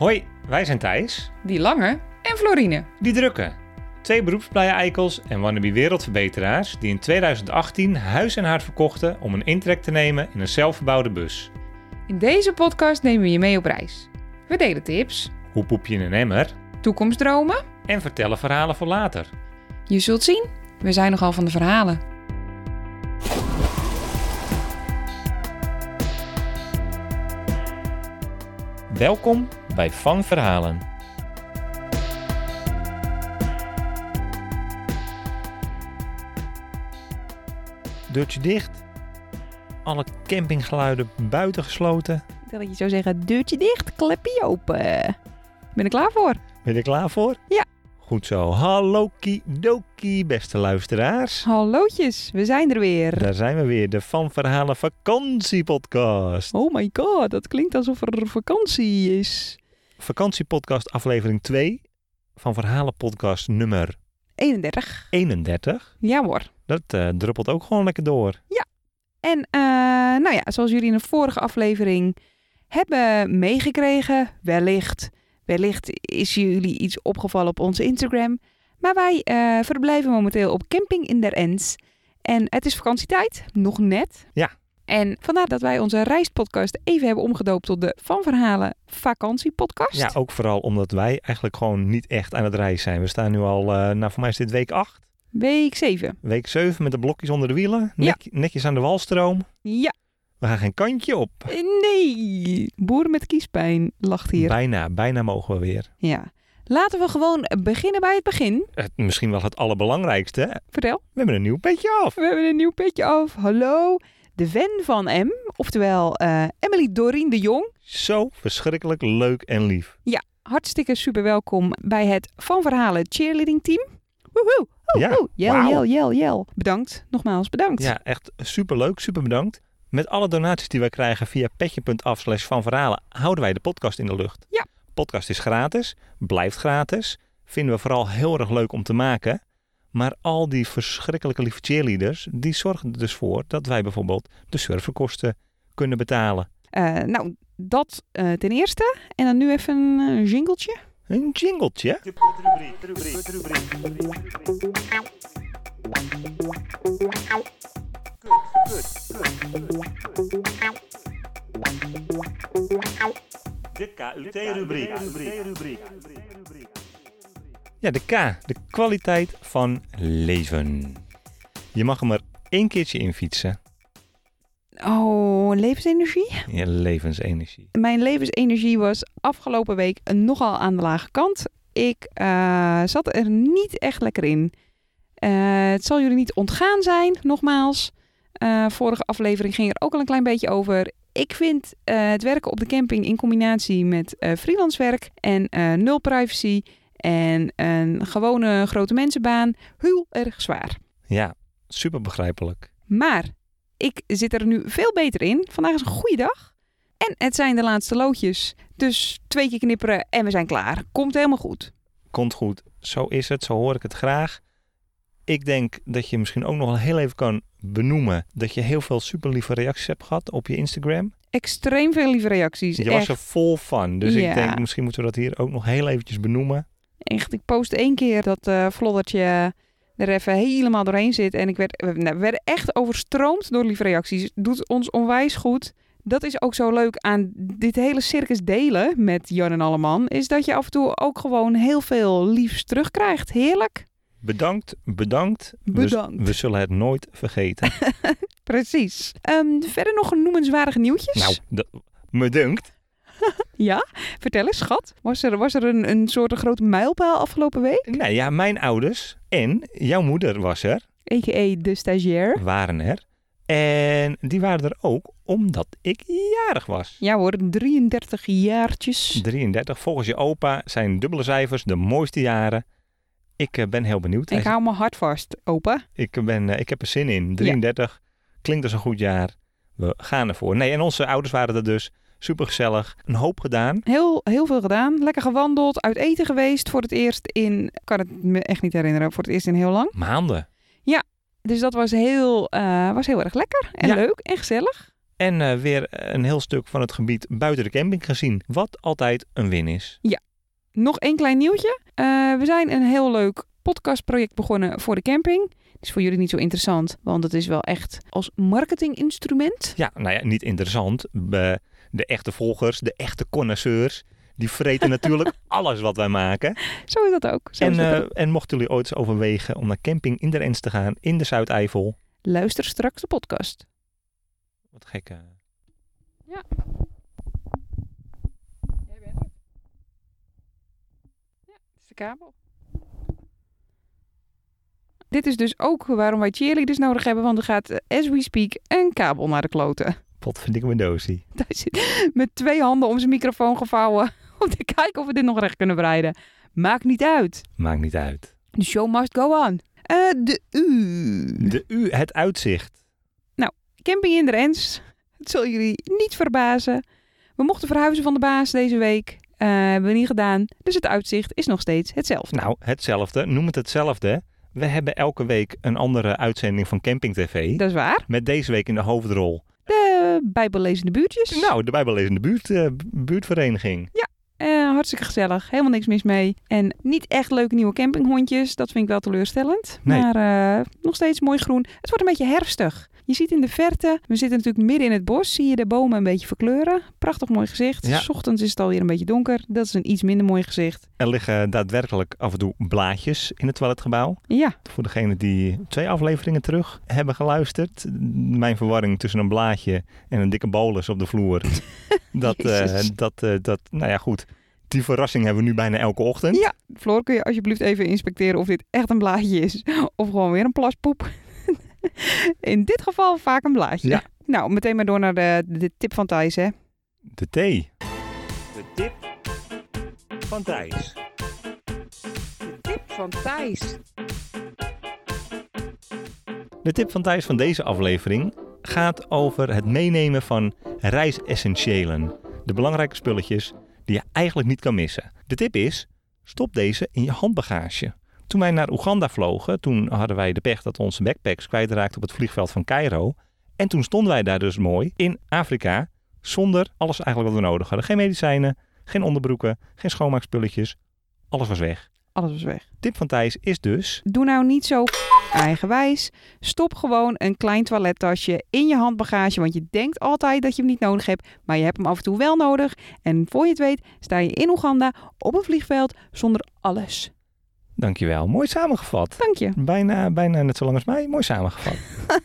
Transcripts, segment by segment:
Hoi, wij zijn Thijs, Die Lange en Florine. die Drukke. Twee beroepsblije eikels en wannabe wereldverbeteraars die in 2018 huis en hart verkochten om een intrek te nemen in een zelfgebouwde bus. In deze podcast nemen we je mee op reis. We delen tips, Hoe poep je in een emmer? toekomstdromen. En vertellen verhalen voor later. Je zult zien, we zijn nogal van de verhalen. Welkom bij Van Verhalen. Deurtje dicht. Alle campinggeluiden buiten gesloten. Ik dacht dat je zou zeggen, deurtje dicht, klepje open. Ben je er klaar voor? Ben je er klaar voor? Ja. Goed zo. Hallo kidoki, beste luisteraars. Hallootjes, we zijn er weer. Daar zijn we weer, de Van Verhalen vakantiepodcast. Oh my god, dat klinkt alsof er vakantie is. Vakantiepodcast aflevering 2 van Verhalen podcast nummer 31. 31. Ja hoor. Dat druppelt ook gewoon lekker door. En zoals jullie in de vorige aflevering hebben meegekregen, wellicht is jullie iets opgevallen op onze Instagram. Maar wij verblijven momenteel op camping in Der Ens. En het is vakantietijd, nog net. Ja. En vandaar dat wij onze reispodcast even hebben omgedoopt tot de Van Verhalen vakantiepodcast. Ja, ook vooral omdat wij eigenlijk gewoon niet echt aan het reizen zijn. We staan nu al, voor mij is dit week 8. Week 7. Week 7 met de blokjes onder de wielen. Ja. Netjes aan de walstroom. Ja. We gaan geen kantje op. Nee. Boeren met kiespijn lacht hier. Bijna mogen we weer. Ja. Laten we gewoon beginnen bij het begin. Misschien wel het allerbelangrijkste. Hè? Vertel. We hebben een nieuw petje af. We hebben een nieuw petje af. Hallo, de Ven van M, oftewel Emily Dorien de Jong. Zo verschrikkelijk leuk en lief. Ja, hartstikke super welkom bij het Van Verhalen cheerleading team. Woehoe, woehoe. Ja, Jel. Bedankt, nogmaals bedankt. Ja, echt superleuk, super bedankt. Met alle donaties die wij krijgen via petje.af/vanverhalen houden wij de podcast in de lucht. Ja. Podcast is gratis, blijft gratis. Vinden we vooral heel erg leuk om te maken. Maar al die verschrikkelijke lieve cheerleaders, die zorgen er dus voor dat wij bijvoorbeeld de serverkosten kunnen betalen. Dat ten eerste. En dan nu even een jingletje. Een jingletje. De KUT-rubriek. Ja, de K. De kwaliteit van leven. Je mag hem er 1 keertje in fietsen. Oh, levensenergie? Ja, levensenergie. Mijn levensenergie was afgelopen week nogal aan de lage kant. Ik zat er niet echt lekker in. Het zal jullie niet ontgaan zijn, nogmaals. Vorige aflevering ging er ook al een klein beetje over. Ik vind het werken op de camping in combinatie met freelance werk en nul privacy en een gewone grote mensenbaan heel erg zwaar. Ja, super begrijpelijk. Maar ik zit er nu veel beter in. Vandaag is een goede dag. En het zijn de laatste loodjes. Dus 2 keer knipperen en we zijn klaar. Komt helemaal goed. Komt goed. Zo is het. Zo hoor ik het graag. Ik denk dat je misschien ook nog wel heel even kan benoemen dat je heel veel super lieve reacties hebt gehad op je Instagram. Extreem veel lieve reacties. Je was er vol van. Dus Ja. ik denk misschien moeten we dat hier ook nog heel eventjes benoemen. Echt, ik post 1 keer dat vloddertje er even helemaal doorheen zit. En we werden echt overstroomd door lieve reacties. Doet ons onwijs goed. Dat is ook zo leuk aan dit hele circus delen met Jan en Alleman. Is dat je af en toe ook gewoon heel veel liefs terugkrijgt. Heerlijk. Bedankt. Bedankt. We zullen het nooit vergeten. Precies. Verder nog noemenswaardige nieuwtjes? Nou, me dunkt. Ja, vertel eens, schat. Was er een soort grote mijlpaal afgelopen week? Nou ja, mijn ouders en jouw moeder was er. A.k.a. de stagiair. Waren er. En die waren er ook omdat ik jarig was. Ja hoor, 33 jaartjes. 33. Volgens je opa zijn dubbele cijfers de mooiste jaren. Ik ben heel benieuwd. Ik hou mijn hart vast, opa. Ik heb er zin in. 33. Klinkt als een goed jaar. We gaan ervoor. Nee, en onze ouders waren er dus. Super gezellig. Een hoop gedaan. Heel veel gedaan. Lekker gewandeld. Uit eten geweest. Voor het eerst in... Ik kan het me echt niet herinneren. Voor het eerst in heel lang. Maanden. Dus dat was heel erg lekker. En leuk. En gezellig. En weer een heel stuk van het gebied buiten de camping gezien. Wat altijd een win is. Nog 1 klein nieuwtje. We zijn een heel leuk podcastproject begonnen voor de camping. Het is voor jullie niet zo interessant, want het is wel echt als marketinginstrument. Ja, nou ja, niet interessant. De echte volgers, de echte connoisseurs, die vreten natuurlijk alles wat wij maken. Zo is dat ook. En mochten jullie ooit eens overwegen om naar camping in de Rens te gaan, in de Zuideifel. Luister straks de podcast. Wat gek. Ja. Jij bent het. Ja, het is de kabel. Dit is dus ook waarom wij cheerleaders nodig hebben, want er gaat, as we speak, een kabel naar de kloten. Potverdikke doosie. Hij zit met 2 handen om zijn microfoon gevouwen om te kijken of we dit nog recht kunnen breiden. Maakt niet uit. Maakt niet uit. The show must go on. Het uitzicht. Camping in de Rens. Het zal jullie niet verbazen. We mochten verhuizen van de baas deze week. Hebben we niet gedaan. Dus het uitzicht is nog steeds hetzelfde. Nou, hetzelfde. Noem het hetzelfde. We hebben elke week een andere uitzending van Camping TV. Dat is waar. Met deze week in de hoofdrol. De bijbellezende buurtjes. Nou, de bijbellezende buurtvereniging. Ja. Hartstikke gezellig. Helemaal niks mis mee. En niet echt leuke nieuwe campinghondjes. Dat vind ik wel teleurstellend. Nee. Maar nog steeds mooi groen. Het wordt een beetje herfstig. Je ziet in de verte, we zitten natuurlijk midden in het bos. Zie je de bomen een beetje verkleuren. Prachtig mooi gezicht. Ja. 's Ochtends is het alweer een beetje donker. Dat is een iets minder mooi gezicht. Er liggen daadwerkelijk af en toe blaadjes in het toiletgebouw. Ja. Voor degenen die 2 afleveringen terug hebben geluisterd. Mijn verwarring tussen een blaadje en een dikke bolus op de vloer. Jezus. Nou ja, goed. Die verrassing hebben we nu bijna elke ochtend. Ja. Floor, kun je alsjeblieft even inspecteren of dit echt een blaadje is? Of gewoon weer een plaspoep? In dit geval vaak een blaadje. Ja. Nou, meteen maar door naar de tip van Thijs, hè. De thee. De tip van Thijs. De tip van Thijs. De tip van Thijs van deze aflevering gaat over het meenemen van reisessentiëlen. De belangrijke spulletjes die je eigenlijk niet kan missen. De tip is, stop deze in je handbagage. Toen wij naar Oeganda vlogen, toen hadden wij de pech dat onze backpacks kwijtraakten op het vliegveld van Cairo. En toen stonden wij daar dus mooi in Afrika zonder alles eigenlijk wat we nodig hadden. Geen medicijnen, geen onderbroeken, geen schoonmaakspulletjes. Alles was weg. Alles was weg. Tip van Thijs is dus, Doe nou niet zo eigenwijs. Stop gewoon een klein toilettasje in je handbagage. Want je denkt altijd dat je hem niet nodig hebt. Maar je hebt hem af en toe wel nodig. En voor je het weet sta je in Oeganda op een vliegveld zonder alles. dankjewel, mooi samengevat. Dank je. Bijna net zo lang als mij, mooi samengevat.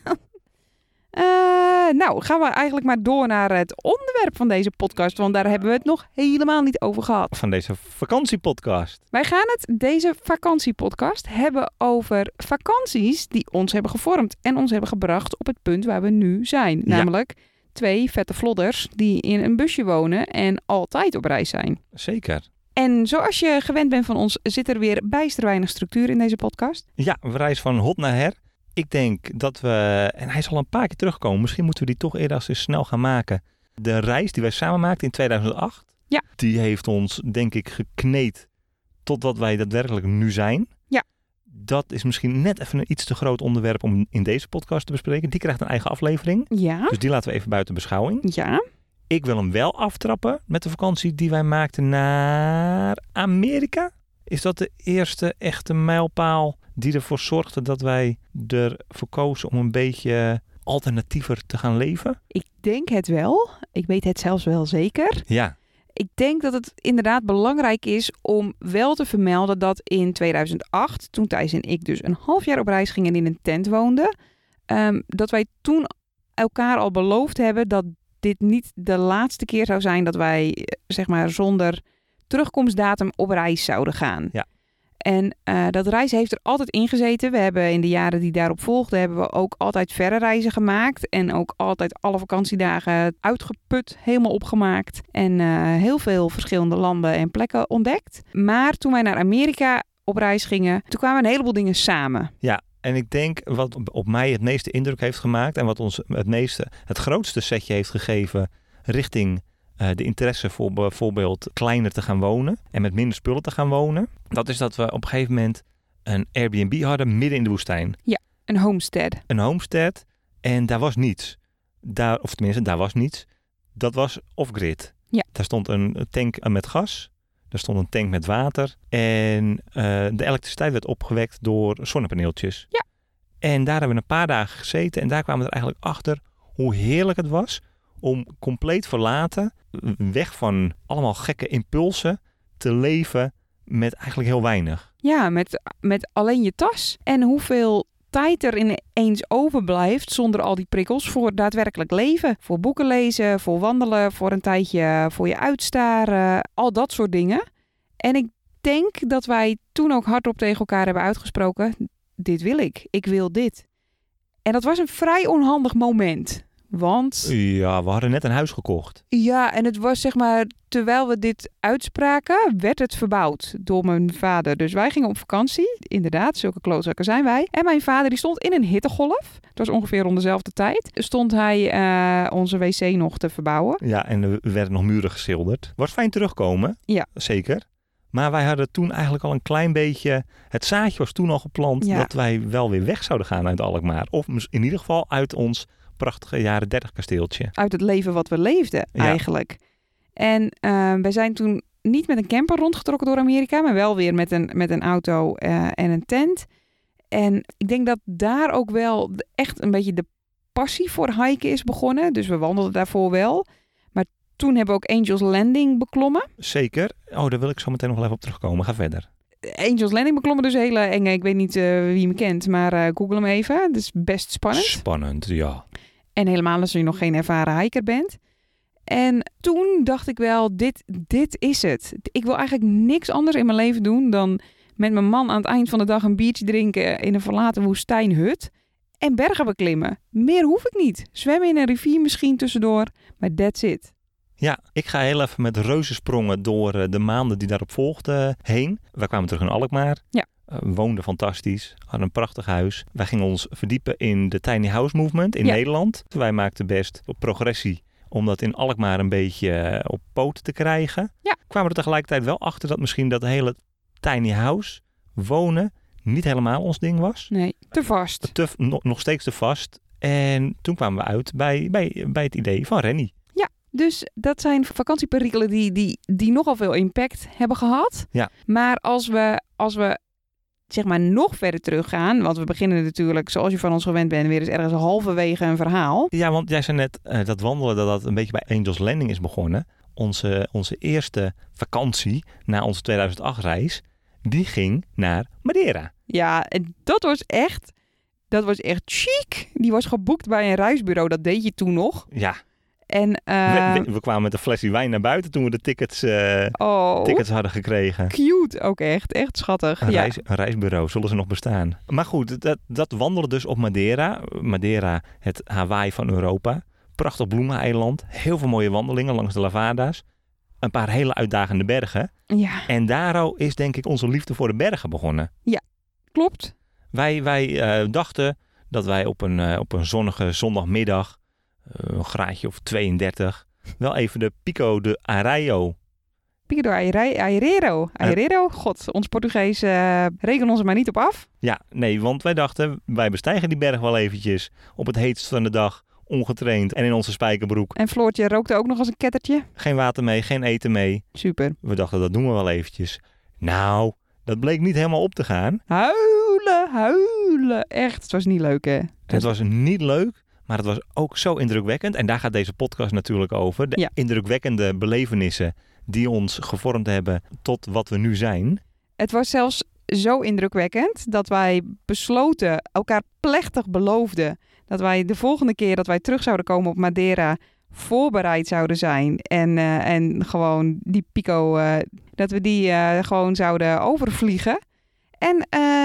Nou, gaan we eigenlijk maar door naar het onderwerp van deze podcast. Want daar hebben we het nog helemaal niet over gehad. Van deze vakantiepodcast. Wij gaan het, deze vakantiepodcast, hebben over vakanties die ons hebben gevormd. En ons hebben gebracht op het punt waar we nu zijn. Ja. Namelijk 2 vette vlodders die in een busje wonen en altijd op reis zijn. Zeker. En zoals je gewend bent van ons, zit er weer bijster weinig structuur in deze podcast. Ja, we reizen van hot naar her. Ik denk dat we, en hij is al een paar keer teruggekomen, misschien moeten we die toch eerder eens snel gaan maken. De reis die wij samen maakten in 2008, Ja. Die heeft ons denk ik gekneed tot wat wij daadwerkelijk nu zijn. Ja. Dat is misschien net even een iets te groot onderwerp om in deze podcast te bespreken. Die krijgt een eigen aflevering, Ja, dus die laten we even buiten beschouwing. ja. Ik wil hem wel aftrappen met de vakantie die wij maakten naar Amerika. Is dat de eerste echte mijlpaal die ervoor zorgde dat wij ervoor kozen om een beetje alternatiever te gaan leven? Ik denk het wel. Ik weet het zelfs wel zeker. Ja, Ik denk dat het inderdaad belangrijk is om wel te vermelden dat in 2008, toen Thijs en ik dus een half jaar op reis gingen en in een tent woonden, dat wij toen elkaar al beloofd hebben dat dit niet de laatste keer zou zijn dat wij, zeg maar, zonder terugkomstdatum op reis zouden gaan. Ja. En dat reizen heeft er altijd in gezeten. We hebben in de jaren die daarop volgden, hebben we ook altijd verre reizen gemaakt. En ook altijd alle vakantiedagen uitgeput, helemaal opgemaakt. En heel veel verschillende landen en plekken ontdekt. Maar toen wij naar Amerika op reis gingen, toen kwamen een heleboel dingen samen. ja. En ik denk wat op mij het meeste indruk heeft gemaakt en wat ons het grootste setje heeft gegeven richting de interesse voor bijvoorbeeld kleiner te gaan wonen en met minder spullen te gaan wonen. Dat is dat we op een gegeven moment een Airbnb hadden midden in de woestijn. Een homestead. Een homestead en daar was niets. Daar was niets. Dat was off-grid. Ja. Daar stond een tank met gas. Daar stond een tank met water. En de elektriciteit werd opgewekt door zonnepaneeltjes. Ja. En daar hebben we een paar dagen gezeten. En daar kwamen we er eigenlijk achter hoe heerlijk het was om compleet verlaten, weg van allemaal gekke impulsen, te leven met eigenlijk heel weinig. Ja, met alleen je tas. En hoeveel tijd er ineens overblijft zonder al die prikkels voor daadwerkelijk leven. Voor boeken lezen, voor wandelen, voor een tijdje voor je uitstaren. Al dat soort dingen. En ik denk dat wij toen ook hardop tegen elkaar hebben uitgesproken. Dit wil ik. Ik wil dit. En dat was een vrij onhandig moment. Want Ja, we hadden net een huis gekocht. ja, en het was zeg maar, terwijl we dit uitspraken, werd het verbouwd door mijn vader. Dus wij gingen op vakantie. Inderdaad, zulke klootzakken zijn wij. En mijn vader die stond in een hittegolf. Het was ongeveer rond dezelfde tijd. Stond hij onze wc nog te verbouwen. Ja, en er werden nog muren geschilderd. Was fijn terugkomen. Ja. Zeker. Maar wij hadden toen eigenlijk al een klein beetje... Het zaadje was toen al geplant dat wij wel weer weg zouden gaan uit Alkmaar. Of in ieder geval uit ons prachtige jaren 30 kasteeltje. Uit het leven wat we leefden eigenlijk. En wij zijn toen niet met een camper rondgetrokken door Amerika, maar wel weer met een auto en een tent. En ik denk dat daar ook wel echt een beetje de passie voor hiken is begonnen. Dus we wandelden daarvoor wel. Maar toen hebben we ook Angels Landing beklommen. Zeker. Oh, daar wil ik zo meteen nog wel even op terugkomen. Ga verder. Angels Landing beklommen, dus hele enge. Ik weet niet wie me kent, maar google hem even. Het is best spannend. Spannend, ja. En helemaal als je nog geen ervaren hiker bent. En toen dacht ik wel, dit is het. Ik wil eigenlijk niks anders in mijn leven doen dan met mijn man aan het eind van de dag een biertje drinken in een verlaten woestijnhut en bergen beklimmen. Meer hoef ik niet. Zwemmen in een rivier misschien tussendoor, maar that's it. Ja, ik ga heel even met reuzensprongen door de maanden die daarop volgden heen. Wij kwamen terug in Alkmaar. Ja. Woonden fantastisch. Hadden een prachtig huis. Wij gingen ons verdiepen in de tiny house movement in Nederland. Wij maakten best op progressie om dat in Alkmaar een beetje op poten te krijgen. Ja. Kwamen er tegelijkertijd wel achter dat misschien dat hele tiny house wonen niet helemaal ons ding was. Nee, te vast. Nog steeds te vast. En toen kwamen we uit bij het idee van Rennie. Dus dat zijn vakantieperikelen die nogal veel impact hebben gehad. Ja. Maar als we zeg maar nog verder teruggaan, want we beginnen natuurlijk, zoals je van ons gewend bent, weer eens ergens halverwege een verhaal. Ja, want jij zei net dat wandelen dat een beetje bij Angels Landing is begonnen. Onze eerste vakantie na onze 2008-reis, die ging naar Madeira. Ja, en dat was echt chic. Die was geboekt bij een reisbureau, dat deed je toen nog. Ja. En we kwamen met een flesje wijn naar buiten toen we de tickets hadden gekregen. Cute ook echt schattig. Een reisbureau, zullen ze nog bestaan? Maar goed, dat wandelen dus op Madeira. Madeira, het Hawaii van Europa. Prachtig bloemeneiland. Heel veel mooie wandelingen langs de lavada's. Een paar hele uitdagende bergen. Ja. En daar is denk ik onze liefde voor de bergen begonnen. Ja, klopt. Wij dachten dat wij op een zonnige zondagmiddag, een graadje of 32, wel even de Pico de Arraio. Pico de Arraio. God, ons Portugees reken ons er maar niet op af. Ja, nee, want wij dachten, wij bestijgen die berg wel eventjes op het heetst van de dag, ongetraind en in onze spijkerbroek. En Floortje rookte ook nog als een kettertje. Geen water mee, geen eten mee. Super. We dachten, dat doen we wel eventjes. Nou, dat bleek niet helemaal op te gaan. Huilen. Echt, het was niet leuk hè. Het was niet leuk. Maar het was ook zo indrukwekkend. En daar gaat deze podcast natuurlijk over. De indrukwekkende belevenissen die ons gevormd hebben tot wat we nu zijn. Het was zelfs zo indrukwekkend dat wij besloten, elkaar plechtig beloofden, dat wij de volgende keer dat wij terug zouden komen op Madeira voorbereid zouden zijn. En gewoon die Pico, dat we die gewoon zouden overvliegen. En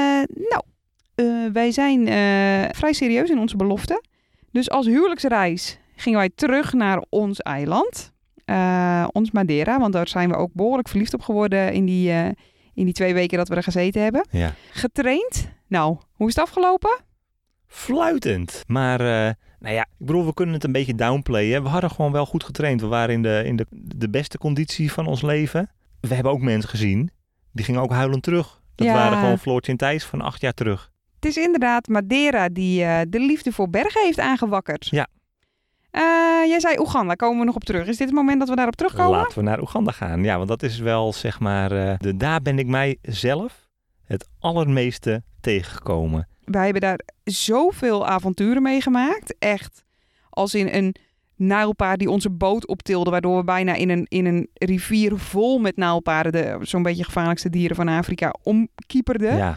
wij zijn vrij serieus in onze belofte. Dus als huwelijksreis gingen wij terug naar ons eiland, ons Madeira. Want daar zijn we ook behoorlijk verliefd op geworden in die 2 weken dat we er gezeten hebben. Ja. Getraind. Nou, hoe is het afgelopen? Fluitend. Maar ik bedoel, we kunnen het een beetje downplayen. We hadden gewoon wel goed getraind. We waren in de beste conditie van ons leven. We hebben ook mensen gezien, die gingen ook huilend terug. Dat waren gewoon Floortje en Thijs van 8 jaar terug. Het is inderdaad Madeira die de liefde voor bergen heeft aangewakkerd. Ja. Jij zei Oeganda, komen we nog op terug. Is dit het moment dat we daarop terugkomen? Laten we naar Oeganda gaan. Ja, want dat is wel, zeg maar, daar ben ik mijzelf het allermeeste tegengekomen. Wij hebben daar zoveel avonturen meegemaakt. Echt als in een nijlpaard die onze boot optilde, waardoor we bijna in een rivier vol met nijlpaarden, zo'n beetje gevaarlijkste dieren van Afrika, omkieperden. Ja.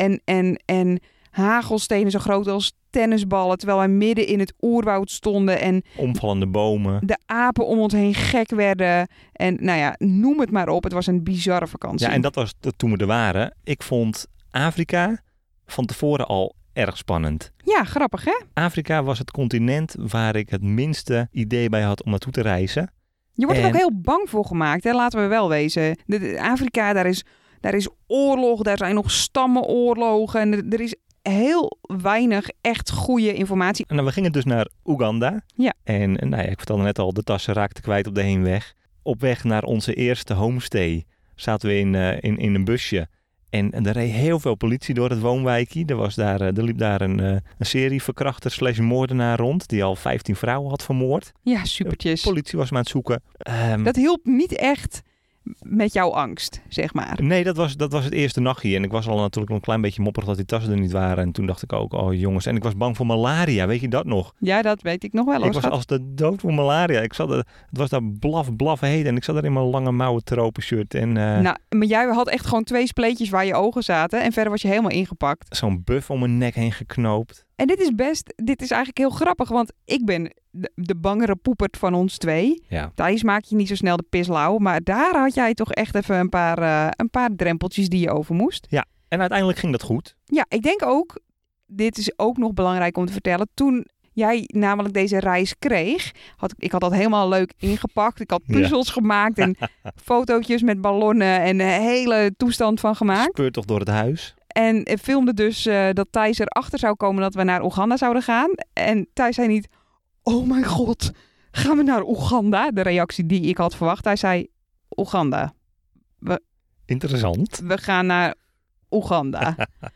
En hagelstenen zo groot als tennisballen, terwijl wij midden in het oerwoud stonden en Omvallende bomen. de apen om ons heen gek werden. En nou ja, noem het maar op. Het was een bizarre vakantie. Ja, en dat was toen we er waren. Ik vond Afrika van tevoren al erg spannend. Ja, grappig hè? Afrika was het continent waar ik het minste idee bij had om naartoe te reizen. Je wordt er ook heel bang voor gemaakt, hè? Laten we wel wezen. Afrika, daar is oorlog, daar zijn nog stammenoorlogen. En er is heel weinig echt goede informatie. En dan, we gingen dus naar Oeganda. Ja. En nou ja, ik vertelde net al, de tassen raakten kwijt op de heenweg. Op weg naar onze eerste homestay zaten we in een busje. En er reed heel veel politie door het woonwijkje. Er liep daar een serieverkrachter / moordenaar rond, die al 15 vrouwen had vermoord. Ja, supertjes. De politie was hem aan het zoeken. Dat hielp niet echt met jouw angst, zeg maar. Nee, dat was het eerste nachtje. En ik was al natuurlijk nog een klein beetje mopperig dat die tassen er niet waren. En toen dacht ik ook, oh jongens. En ik was bang voor malaria, weet je dat nog? Ja, dat weet ik nog wel. Ik was als de dood voor malaria. Het was daar blaf heet. En ik zat er in mijn lange mouwen tropenshirt. En, Nou, maar jij had echt gewoon 2 spleetjes waar je ogen zaten. En verder was je helemaal ingepakt. Zo'n buff om mijn nek heen geknoopt. En dit is eigenlijk heel grappig. Want ik ben de bangere poepert van ons 2. Ja. Thijs maak je niet zo snel de pislauw. Maar daar had jij toch echt even een paar drempeltjes die je over moest. Ja, en uiteindelijk ging dat goed. Ja, ik denk ook, dit is ook nog belangrijk om te vertellen. Toen jij namelijk deze reis kreeg, ik had dat helemaal leuk ingepakt. Ik had puzzels gemaakt en fotootjes met ballonnen en een hele toestand van gemaakt. Speurtocht door het huis. En filmde dus dat Thijs erachter zou komen dat we naar Oeganda zouden gaan. En Thijs zei niet, oh mijn god, gaan we naar Oeganda? De reactie die ik had verwacht. Hij zei, Oeganda. Interessant. We gaan naar Oeganda.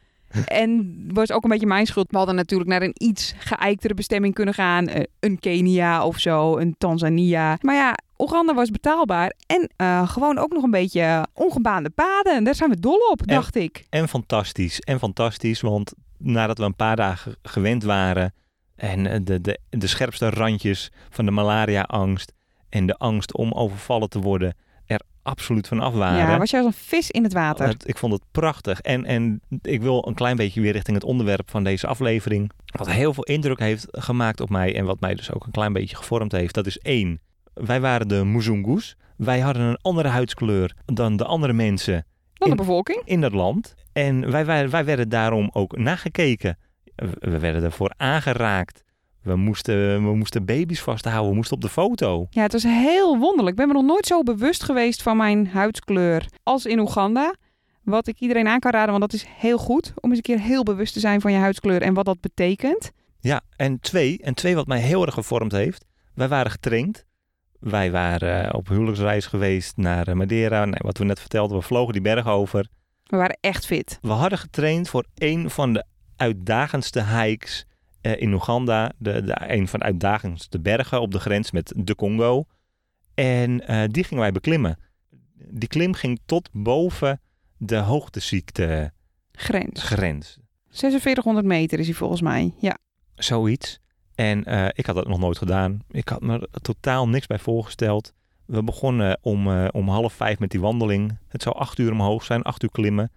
En was ook een beetje mijn schuld. We hadden natuurlijk naar een iets geëiktere bestemming kunnen gaan. Een Kenia of zo, een Tanzania. Maar ja, Oeganda was betaalbaar. En gewoon ook nog een beetje ongebaande paden. En daar zijn we dol op, dacht ik. En fantastisch. Want nadat we een paar dagen gewend waren en de scherpste randjes van de malaria-angst en de angst om overvallen te worden er absoluut van af waren. Ja, was jij als een vis in het water. Ik vond het prachtig. En ik wil een klein beetje weer richting het onderwerp van deze aflevering. Wat heel veel indruk heeft gemaakt op mij en wat mij dus ook een klein beetje gevormd heeft. Dat is 1. Wij waren de Muzungus. Wij hadden een andere huidskleur dan de andere mensen. Dan de bevolking. In dat land. En wij werden daarom ook nagekeken. We werden ervoor aangeraakt. We moesten baby's vasthouden. We moesten op de foto. Ja, het was heel wonderlijk. Ik ben me nog nooit zo bewust geweest van mijn huidskleur als in Oeganda. Wat ik iedereen aan kan raden, want dat is heel goed. Om eens een keer heel bewust te zijn van je huidskleur en wat dat betekent. Ja, en twee wat mij heel erg gevormd heeft. Wij waren getraind. Wij waren op huwelijksreis geweest naar Madeira. Nee, wat we net vertelden, we vlogen die berg over. We waren echt fit. We hadden getraind voor een van de uitdagendste hikes in Oeganda. Een van de uitdagendste bergen op de grens met de Congo. En die gingen wij beklimmen. Die klim ging tot boven de hoogteziekte grens. 4600 meter is hij volgens mij, ja. Zoiets. En ik had dat nog nooit gedaan. Ik had me er totaal niks bij voorgesteld. We begonnen om 4:30 met die wandeling. Het zou 8 uur omhoog zijn, 8 uur klimmen.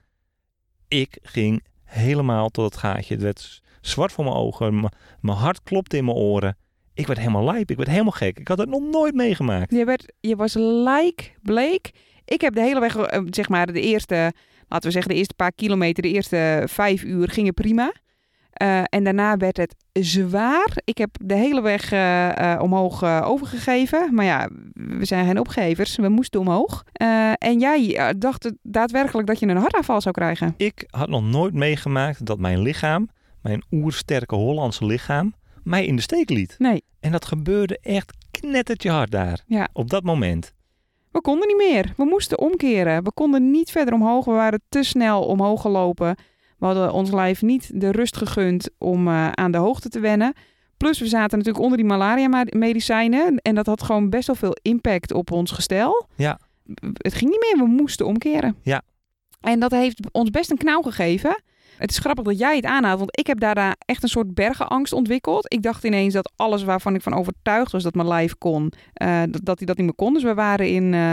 Ik ging helemaal tot het gaatje. Het werd zwart voor mijn ogen. Mijn hart klopte in mijn oren. Ik werd helemaal lijp. Ik werd helemaal gek. Ik had het nog nooit meegemaakt. Je was lijkbleek. Ik heb de hele weg, zeg maar, de eerste paar kilometer, de eerste 5 uur gingen prima. En daarna werd het zwaar. Ik heb de hele weg omhoog overgegeven. Maar ja, we zijn geen opgevers. We moesten omhoog. En jij dacht daadwerkelijk dat je een hartaanval zou krijgen. Ik had nog nooit meegemaakt dat mijn lichaam, mijn oersterke Hollandse lichaam, mij in de steek liet. Nee. En dat gebeurde echt knettertje hard daar. Ja. Op dat moment. We konden niet meer. We moesten omkeren. We konden niet verder omhoog. We waren te snel omhoog gelopen. We hadden ons lijf niet de rust gegund om aan de hoogte te wennen. Plus we zaten natuurlijk onder die malaria-medicijnen. En dat had gewoon best wel veel impact op ons gestel. Ja. Het ging niet meer, we moesten omkeren. Ja. En dat heeft ons best een knauw gegeven. Het is grappig dat jij het aanhaalt, want ik heb daarna echt een soort bergenangst ontwikkeld. Ik dacht ineens dat alles waarvan ik van overtuigd was dat mijn lijf kon, dat hij dat niet meer kon. Dus we waren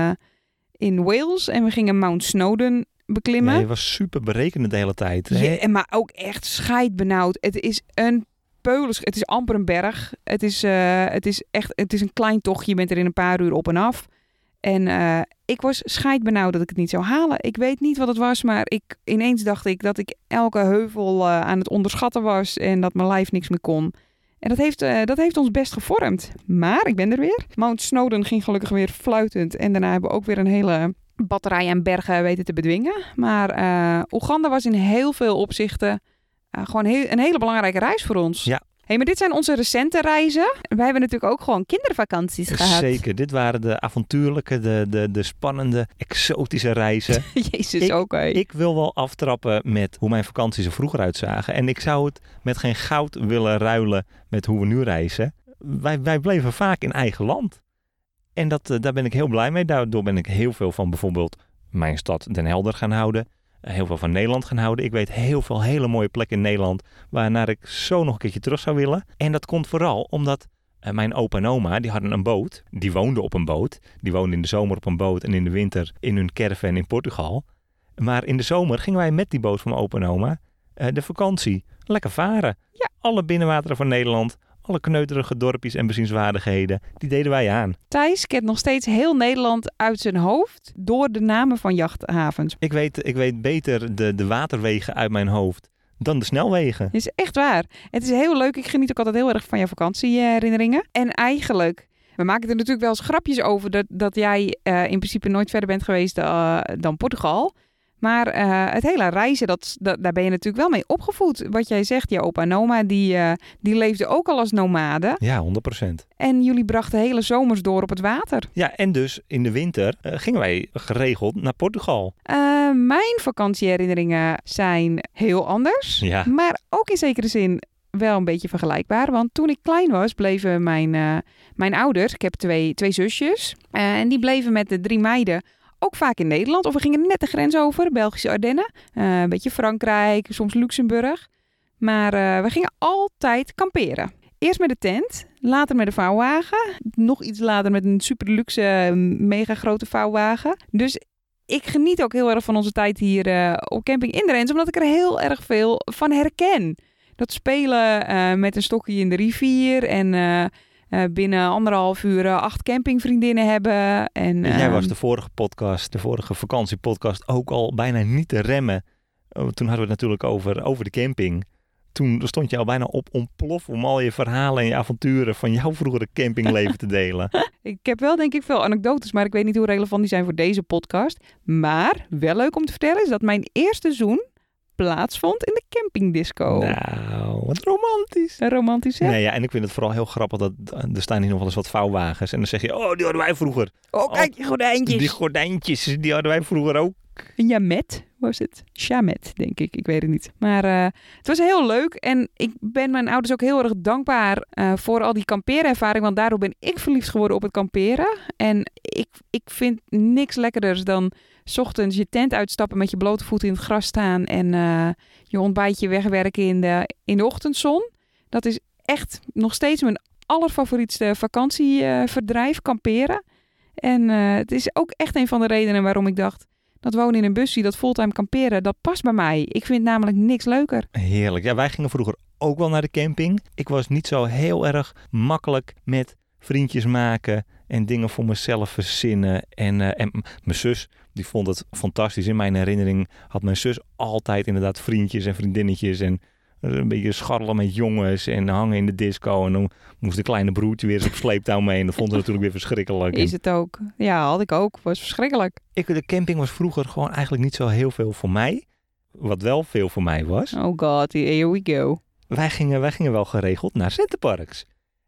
in Wales en we gingen Mount Snowdon beklimmen. Ja, je was super berekenend de hele tijd. Ja, maar ook echt scheidbenauwd. Het is een peulens. Het is amper een berg. Het is een klein tochtje. Je bent er in een paar uur op en af. En ik was scheidbenauwd dat ik het niet zou halen. Ik weet niet wat het was, maar ineens dacht ik dat ik elke heuvel aan het onderschatten was en dat mijn lijf niks meer kon. En dat heeft ons best gevormd. Maar ik ben er weer. Mount Snowdon ging gelukkig weer fluitend. En daarna hebben we ook weer een hele batterij aan bergen weten te bedwingen. Maar Oeganda was in heel veel opzichten gewoon een hele belangrijke reis voor ons. Ja. Hey, maar dit zijn onze recente reizen. Wij hebben natuurlijk ook gewoon kindervakanties gehad. Zeker, dit waren de avontuurlijke, de spannende, exotische reizen. Jezus, oké. Ik wil wel aftrappen met hoe mijn vakanties er vroeger uitzagen. En ik zou het met geen goud willen ruilen met hoe we nu reizen. Wij bleven vaak in eigen land. En daar ben ik heel blij mee. Daardoor ben ik heel veel van bijvoorbeeld mijn stad Den Helder gaan houden. Heel veel van Nederland gaan houden. Ik weet heel veel hele mooie plekken in Nederland waarnaar ik zo nog een keertje terug zou willen. En dat komt vooral omdat mijn opa en oma, die hadden een boot. Die woonden op een boot. Die woonden in de zomer op een boot en in de winter in hun caravan in Portugal. Maar in de zomer gingen wij met die boot van mijn opa en oma de vakantie lekker varen. Ja. Alle binnenwateren van Nederland, alle kneuterige dorpjes en bezienswaardigheden, die deden wij aan. Thijs kent nog steeds heel Nederland uit zijn hoofd door de namen van jachthavens. Ik weet beter de waterwegen uit mijn hoofd dan de snelwegen. Dat is echt waar. Het is heel leuk. Ik geniet ook altijd heel erg van jouw vakantieherinneringen. En eigenlijk, we maken er natuurlijk wel eens grapjes over dat jij in principe nooit verder bent geweest dan Portugal. Maar het hele reizen, daar ben je natuurlijk wel mee opgevoed. Wat jij zegt, je opa en oma, die leefden ook al als nomaden. Ja, 100%. En jullie brachten hele zomers door op het water. Ja, en dus in de winter gingen wij geregeld naar Portugal. Mijn vakantieherinneringen zijn heel anders. Ja. Maar ook in zekere zin wel een beetje vergelijkbaar. Want toen ik klein was, bleven mijn ouders, ik heb twee zusjes, en die bleven met de 3 meiden ook vaak in Nederland. Of we gingen net de grens over, Belgische Ardennen. Een beetje Frankrijk, soms Luxemburg. Maar we gingen altijd kamperen. Eerst met de tent, later met de vouwwagen. Nog iets later met een super luxe, mega grote vouwwagen. Dus ik geniet ook heel erg van onze tijd hier op camping Inderens. Omdat ik er heel erg veel van herken. Dat spelen met een stokje in de rivier en binnen 1,5 uur 8 campingvriendinnen hebben. En jij was de vorige vakantiepodcast ook al bijna niet te remmen. Toen hadden we het natuurlijk over de camping. Toen stond je al bijna op ontplof om al je verhalen en je avonturen van jouw vroegere campingleven te delen. Ik heb wel denk ik veel anekdotes, maar ik weet niet hoe relevant die zijn voor deze podcast. Maar wel leuk om te vertellen is dat mijn eerste seizoen plaatsvond in de campingdisco. Nou, wat romantisch. Romantisch, hè? Nee, ja, en ik vind het vooral heel grappig dat er staan hier nog wel eens wat vouwwagens. En dan zeg je, oh, die hadden wij vroeger. Oh, kijk, die gordijntjes. Die gordijntjes, die hadden wij vroeger ook. Jamet was het. Chamet, denk ik. Ik weet het niet. Maar het was heel leuk. En ik ben mijn ouders ook heel erg dankbaar voor al die kampeerervaring. Want daardoor ben ik verliefd geworden op het kamperen. En ik vind niks lekkerders dan 's ochtends je tent uitstappen met je blote voeten in het gras staan. En je ontbijtje wegwerken in de ochtendzon. Dat is echt nog steeds mijn allerfavorietste vakantieverdrijf, kamperen. En het is ook echt een van de redenen waarom ik dacht, dat wonen in een busje, dat fulltime kamperen, dat past bij mij. Ik vind namelijk niks leuker. Heerlijk. Ja, wij gingen vroeger ook wel naar de camping. Ik was niet zo heel erg makkelijk met vriendjes maken en dingen voor mezelf verzinnen. En mijn zus, die vond het fantastisch. In mijn herinnering had mijn zus altijd inderdaad vriendjes en vriendinnetjes en een beetje scharrelen met jongens en hangen in de disco. En dan moest de kleine broertje weer eens op sleeptouw mee. En dat vond ze natuurlijk weer verschrikkelijk. Is het ook. Ja, had ik ook. Was verschrikkelijk. De camping was vroeger gewoon eigenlijk niet zo heel veel voor mij. Wat wel veel voor mij was. Oh god, here we go. Wij gingen wel geregeld naar Centerparks.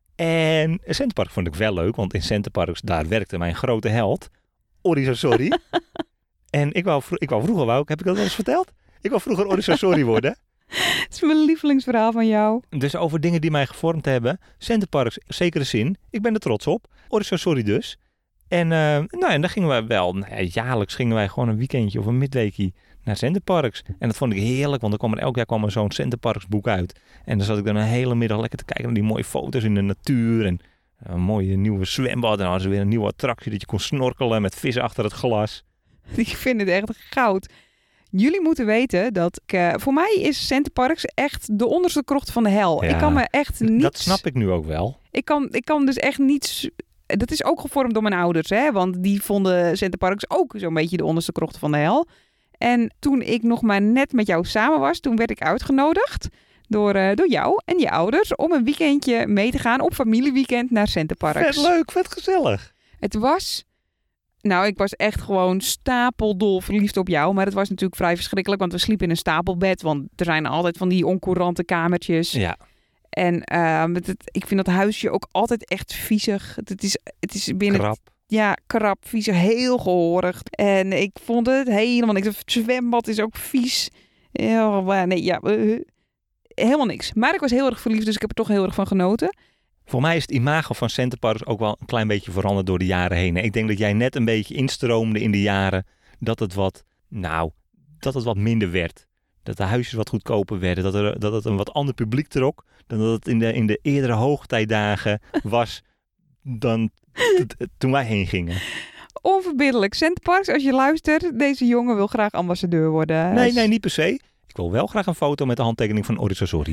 En Centerparks vond ik wel leuk, want in Centerparks, daar werkte mijn grote held, Orisasori. En ik wou vroeger, heb ik dat wel eens verteld? Ik wou vroeger Orisasori worden. Het is mijn lievelingsverhaal van jou. Dus over dingen die mij gevormd hebben. Centerparks, zekere zin. Ik ben er trots op. Sorry dus. En dan gingen we wel, jaarlijks gingen wij gewoon een weekendje of een midweekje naar Centerparks. En dat vond ik heerlijk, want elk jaar kwam er zo'n Centerparks boek uit. En dan zat ik dan een hele middag lekker te kijken naar die mooie foto's in de natuur. En een mooie nieuwe zwembad. En dan hadden ze weer een nieuwe attractie dat je kon snorkelen met vissen achter het glas. Ik vind het echt goud. Jullie moeten weten dat voor mij is Centerparks echt de onderste krocht van de hel. Ja, ik kan me echt niet... Dat snap ik nu ook wel. Ik kan dus echt niets... Dat is ook gevormd door mijn ouders, hè? Want die vonden Centerparks ook zo'n beetje de onderste krocht van de hel. En toen ik nog maar net met jou samen was, toen werd ik uitgenodigd door jou en je ouders om een weekendje mee te gaan op familieweekend naar Centerparks. Vet leuk, vet gezellig. Het was... Nou, ik was echt gewoon stapeldol verliefd op jou. Maar het was natuurlijk vrij verschrikkelijk, want we sliepen in een stapelbed. Want er zijn altijd van die oncourante kamertjes. Ja. En ik vind dat huisje ook altijd echt viezig. Het is binnen... Krap. Ja, krap, viezig, heel gehoorig. En ik vond het helemaal niks. Het zwembad is ook vies. Helemaal niks. Maar ik was heel erg verliefd, dus ik heb er toch heel erg van genoten. Voor mij is het imago van Centerparks ook wel een klein beetje veranderd door de jaren heen. Ik denk dat jij net een beetje instroomde in de jaren dat het wat minder werd. Dat de huisjes wat goedkoper werden. Dat het een wat ander publiek trok dan dat het in de eerdere hoogtijdagen was dan toen wij heen gingen. Onverbiddelijk. Centerparks, als je luistert, deze jongen wil graag ambassadeur worden. Nee, niet per se. Ik wil wel graag een foto met de handtekening van Sorry.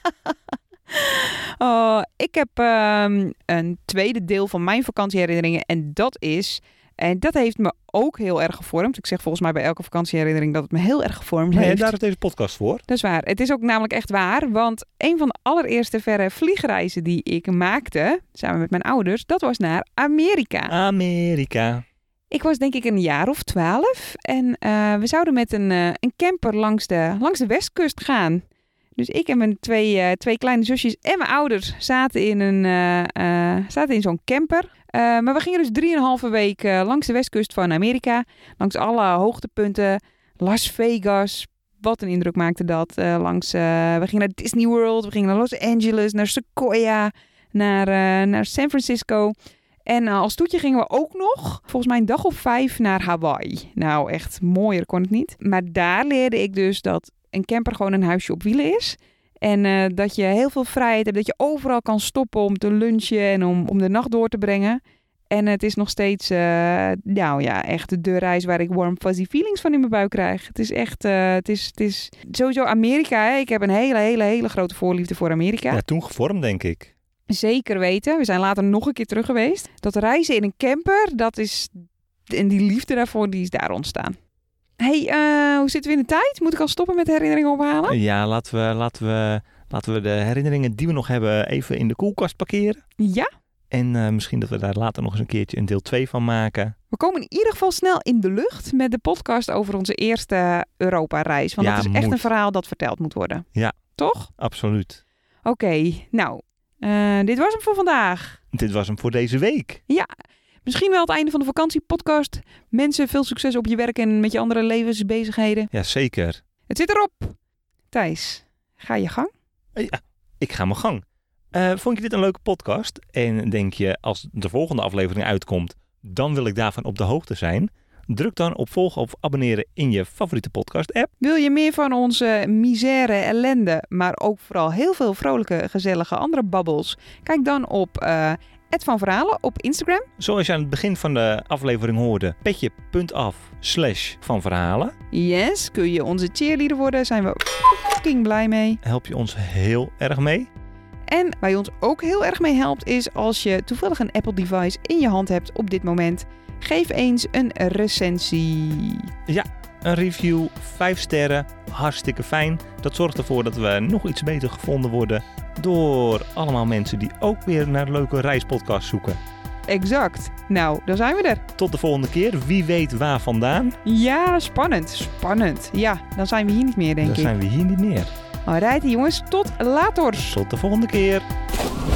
Ik heb een tweede deel van mijn vakantieherinneringen en dat heeft me ook heel erg gevormd. Ik zeg volgens mij bij elke vakantieherinnering dat het me heel erg gevormd heeft. Daar is deze podcast voor. Dat is waar. Het is ook namelijk echt waar, want een van de allereerste verre vliegreizen die ik maakte, samen met mijn ouders, dat was naar Amerika. Ik was denk ik een jaar of 12 en we zouden met een camper langs de westkust gaan. Dus ik en mijn twee kleine zusjes en mijn ouders zaten in zo'n camper. Maar we gingen dus 3,5 week langs de westkust van Amerika. Langs alle hoogtepunten. Las Vegas. Wat een indruk maakte dat. We gingen naar Disney World. We gingen naar Los Angeles. Naar Sequoia. Naar San Francisco. En als toetje gingen we ook nog, volgens mij een dag of 5, naar Hawaii. Nou, echt mooier kon het niet. Maar daar leerde ik dus dat een camper gewoon een huisje op wielen is. En dat je heel veel vrijheid hebt. Dat je overal kan stoppen om te lunchen en om de nacht door te brengen. En het is nog steeds, echt de reis waar ik warm fuzzy feelings van in mijn buik krijg. Het is echt, het is sowieso Amerika. Hè? Ik heb een hele grote voorliefde voor Amerika. Ja, toen gevormd denk ik. Zeker weten. We zijn later nog een keer terug geweest. Dat reizen in een camper, en die liefde daarvoor, die is daar ontstaan. Hey, hoe zitten we in de tijd? Moet ik al stoppen met herinneringen ophalen? Ja, laten we de herinneringen die we nog hebben even in de koelkast parkeren. Ja. En misschien dat we daar later nog eens een keertje een deel 2 van maken. We komen in ieder geval snel in de lucht met de podcast over onze eerste Europa-reis. Want dat is echt een verhaal dat verteld moet worden. Ja. Toch? Absoluut. Oké, nou, dit was hem voor vandaag. Dit was hem voor deze week. Ja. Misschien wel het einde van de vakantiepodcast. Mensen, veel succes op je werk en met je andere levensbezigheden. Ja, zeker. Het zit erop. Thijs, ga je gang? Ja, ik ga mijn gang. Vond je dit een leuke podcast? En denk je, als de volgende aflevering uitkomt, dan wil ik daarvan op de hoogte zijn? Druk dan op volgen of abonneren in je favoriete podcast-app. Wil je meer van onze misère, ellende, maar ook vooral heel veel vrolijke, gezellige andere babbels? Kijk dan op Van Verhalen op Instagram. Zoals je aan het begin van de aflevering hoorde, petje.af/Van Verhalen. Yes, kun je onze cheerleader worden, zijn we fucking blij mee. Help je ons heel erg mee. En waar je ons ook heel erg mee helpt is als je toevallig een Apple device in je hand hebt op dit moment. Geef eens een recensie. Ja, een review, 5 sterren, hartstikke fijn. Dat zorgt ervoor dat we nog iets beter gevonden worden door allemaal mensen die ook weer naar leuke reispodcasts zoeken. Exact. Nou, dan zijn we er. Tot de volgende keer. Wie weet waar vandaan. Ja, spannend. Ja, dan zijn we hier niet meer, denk ik. Dan zijn we hier niet meer. Alright, jongens. Tot later. Tot de volgende keer.